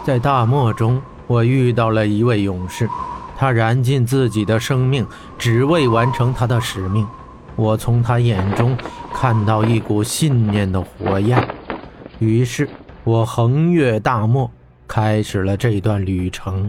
在大漠中，我遇到了一位勇士，他燃尽自己的生命，只为完成他的使命。我从他眼中看到一股信念的火焰，于是我横越大漠，开始了这段旅程。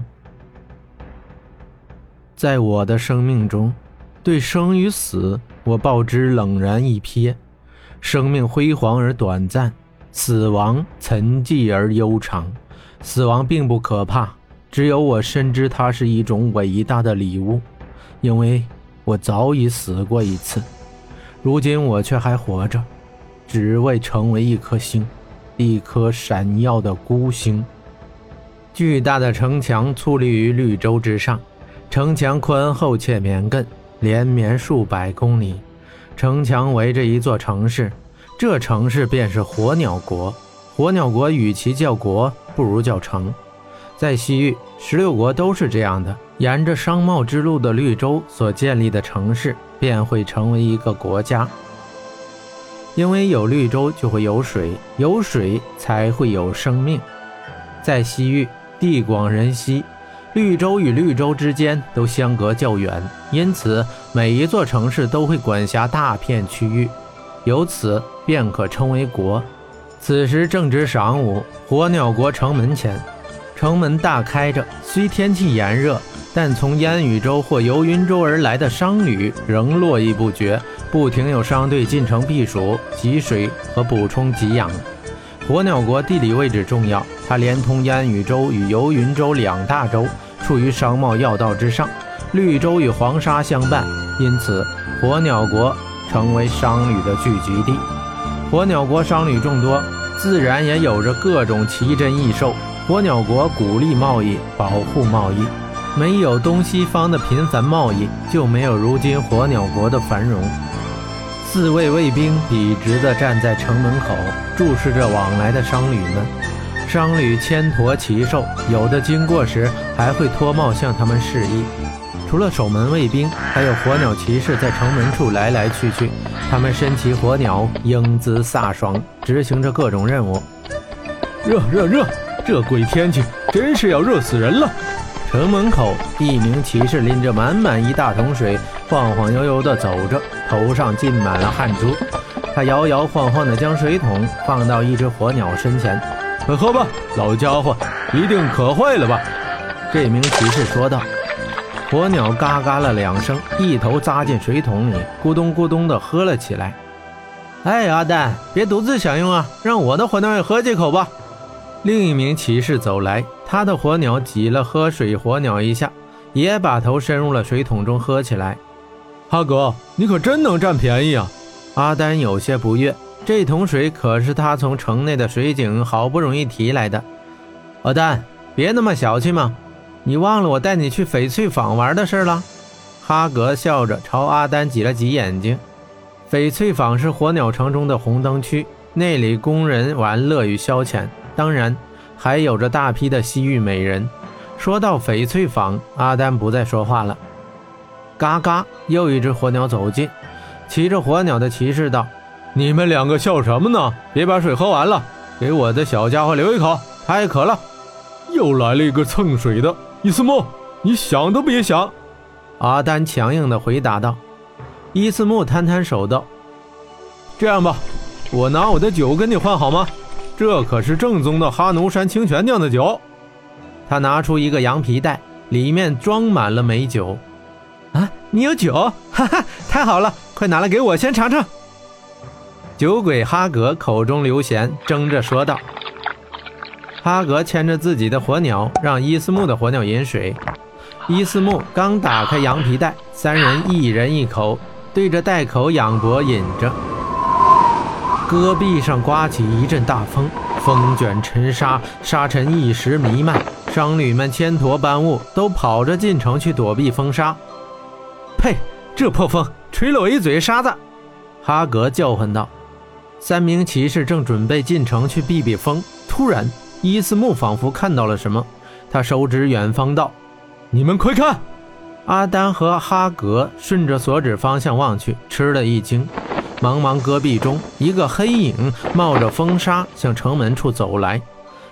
在我的生命中，对生与死，我报之冷然一瞥。生命辉煌而短暂，死亡沉寂而悠长。死亡并不可怕，只有我深知它是一种伟大的礼物，因为我早已死过一次，如今我却还活着，只为成为一颗星，一颗闪耀的孤星。巨大的城墙矗立于绿洲之上，城墙宽厚且绵亘，连绵数百公里。城墙围着一座城市，这城市便是火鸟国。火鸟国与其叫国，不如叫城。在西域，16国都是这样的，沿着商贸之路的绿洲所建立的城市便会成为一个国家。因为有绿洲就会有水，有水才会有生命。在西域，地广人稀，绿洲与绿洲之间都相隔较远，因此每一座城市都会管辖大片区域，由此便可称为国。此时正值晌午，火鸟国城门前，城门大开着，虽天气炎热，但从烟雨州或游云州而来的商旅仍络绎不绝，不停有商队进城避暑、汲水和补充给养。火鸟国地理位置重要，它连通烟雨州与游云州两大洲，处于商贸要道之上，绿洲与黄沙相伴，因此火鸟国成为商旅的聚集地。火鸟国商旅众多，自然也有着各种奇珍异兽。火鸟国鼓励贸易，保护贸易，没有东西方的频繁贸易，就没有如今火鸟国的繁荣。4位卫兵笔直地站在城门口，注视着往来的商旅们。商旅牵驮奇兽，有的经过时还会脱帽向他们示意。除了守门卫兵，还有火鸟骑士在城门处来来去去，他们身骑火鸟，英姿飒爽，执行着各种任务。 热，这鬼天气真是要热死人了。 城门口，一名骑士拎着满满一大桶水，晃晃悠悠地走着，头上浸满了汗珠。他摇摇晃晃地将水桶放到一只火鸟身前。 快喝吧，老家伙，一定渴坏了吧？ 这名骑士说道。火鸟嘎嘎了2声，一头扎进水桶里，咕咚咕咚地喝了起来。哎，阿蛋，别独自享用啊，让我的火鸟也喝几口吧。另一名骑士走来，他的火鸟挤了喝水火鸟一下，也把头伸入了水桶中喝起来。 哈哥，你可真能占便宜啊！ 阿丹有些不悦，这桶水可是他从城内的水井好不容易提来的。阿丹，别那么小气嘛，你忘了我带你去翡翠坊玩的事了？哈格笑着朝阿丹挤了挤眼睛。翡翠坊是火鸟城中的红灯区，那里工人玩乐与消遣，当然还有着大批的西域美人。说到翡翠坊，阿丹不再说话了。嘎嘎，又一只火鸟走近，骑着火鸟的骑士道： 你们2个笑什么呢？别把水喝完了，给我的小家伙留一口，太渴了。又来了一个蹭水的，伊斯木，你想都别想。 阿丹强硬地回答道。伊斯木摊摊手道： 这样吧，我拿我的酒跟你换好吗？这可是正宗的哈奴山清泉酿的酒。 他拿出一个羊皮袋，里面装满了美酒。啊，你有酒？哈哈，太好了，快拿来给我先尝尝。酒鬼哈格口中流涎，争着说道。哈格牵着自己的火鸟，让伊斯木的火鸟饮水。伊斯木刚打开羊皮袋，3人一人一口，对着袋口仰脖饮着。戈壁上刮起一阵大风，风卷尘沙，沙尘一时弥漫，商旅们牵驮搬物，都跑着进城去躲避风沙。呸，这破风吹了我一嘴沙子！哈格叫唤道。3名骑士正准备进城去避避风，突然伊斯木仿佛看到了什么，他手指远方道： 你们快看！ 阿丹和哈格顺着所指方向望去，吃了一惊。茫茫戈壁中，一个黑影冒着风沙向城门处走来。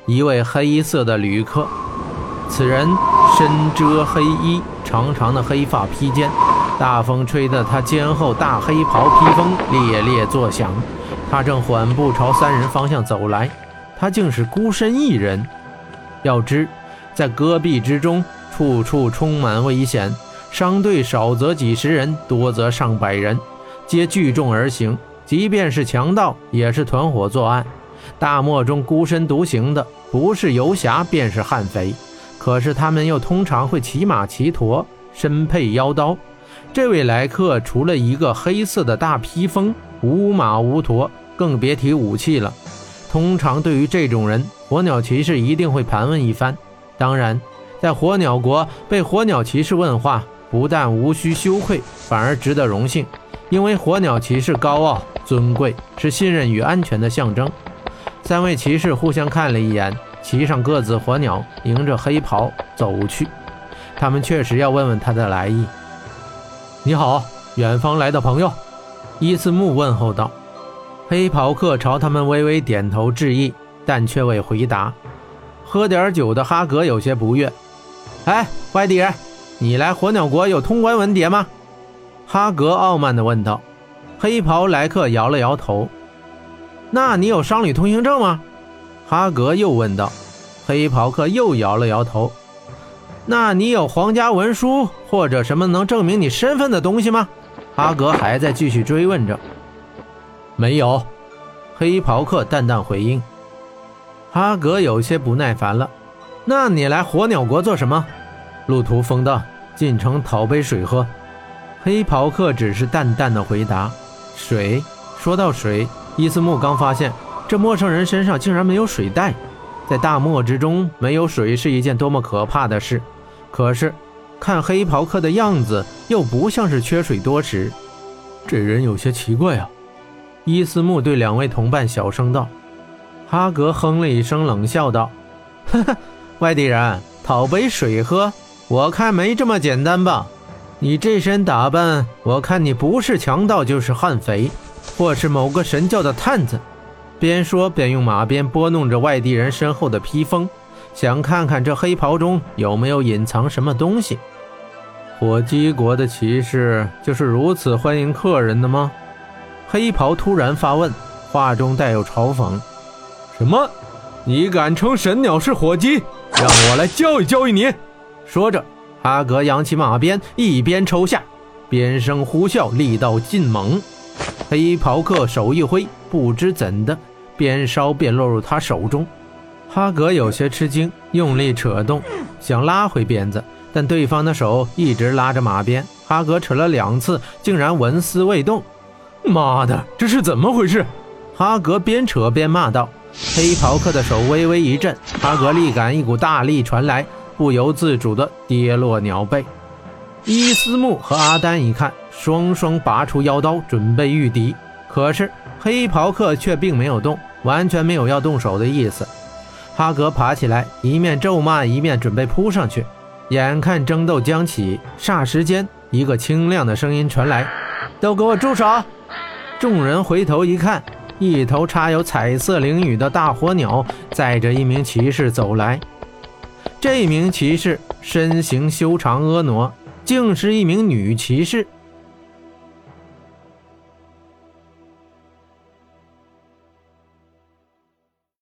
一位黑色的旅客。此人身遮黑衣，长长的黑发披肩，大风吹得他肩后大黑袍披风猎猎作响。他正缓步朝3人方向走来，他竟是孤身一人。要知在戈壁之中，处处充满危险，商队少则几十人，多则上百人，皆聚众而行，即便是强盗也是团伙作案。大漠中孤身独行的不是游侠便是悍匪，可是他们又通常会骑马骑驼，身配腰刀。这位来客除了一个黑色的大披风，无马无驼，更别提武器了。通常对于这种人，火鸟骑士一定会盘问一番。当然在火鸟国被火鸟骑士问话，不但无需羞愧，反而值得荣幸，因为火鸟骑士高傲尊贵，是信任与安全的象征。3位骑士互相看了一眼，骑上各自火鸟，迎着黑袍走去。他们确实要问问他的来意。你好，远方来的朋友，伊斯木问候道。黑袍客朝他们微微点头致意，但却未回答。喝点酒的哈格有些不悦。哎，外地人，你来火鸟国有通关文牒吗？哈格傲慢地问道。黑袍来客摇了摇头。那你有商旅通行证吗？哈格又问道。黑袍客又摇了摇头。那你有皇家文书或者什么能证明你身份的东西吗？哈格还在继续追问着。没有，黑袍客淡淡回应。哈格有些不耐烦了。那你来火鸟国做什么？路途风大，进城讨杯水喝。黑袍客只是淡淡的回答。水？说到水，伊斯木刚发现这陌生人身上竟然没有水袋。在大漠之中，没有水是一件多么可怕的事。可是看黑袍客的样子，又不像是缺水多时。这人有些奇怪啊。伊斯木对2位同伴小声道。哈格哼了一声，冷笑道：呵呵，外地人，讨杯水喝，我看没这么简单吧。你这身打扮，我看你不是强盗就是悍匪，或是某个神教的探子。边说边用马鞭拨弄着外地人身后的披风，想看看这黑袍中有没有隐藏什么东西。火鸡国的骑士就是如此欢迎客人的吗？黑袍突然发问，话中带有嘲讽。什么？你敢称神鸟是火鸡？让我来教育教育你！说着，哈格扬起马鞭，一边抽下，鞭声呼啸，力道劲猛。黑袍客手一挥，不知怎的，鞭梢便落入他手中。哈格有些吃惊，用力扯动，想拉回鞭子，但对方的手一直拉着马鞭，哈格扯了2次，竟然纹丝未动。妈的，这是怎么回事？哈格边扯边骂道。黑袍客的手微微一震，哈格力感一股大力传来，不由自主地跌落鸟背。伊斯木和阿丹一看，双双拔出腰刀准备御敌，可是黑袍客却并没有动，完全没有要动手的意思。哈格爬起来，一面咒骂一面准备扑上去。眼看争斗将起，霎时间一个清亮的声音传来：都给我住手！众人回头一看，一头插有彩色翎羽的大火鸟载着一名骑士走来。这名骑士身形修长婀娜，竟是一名女骑士。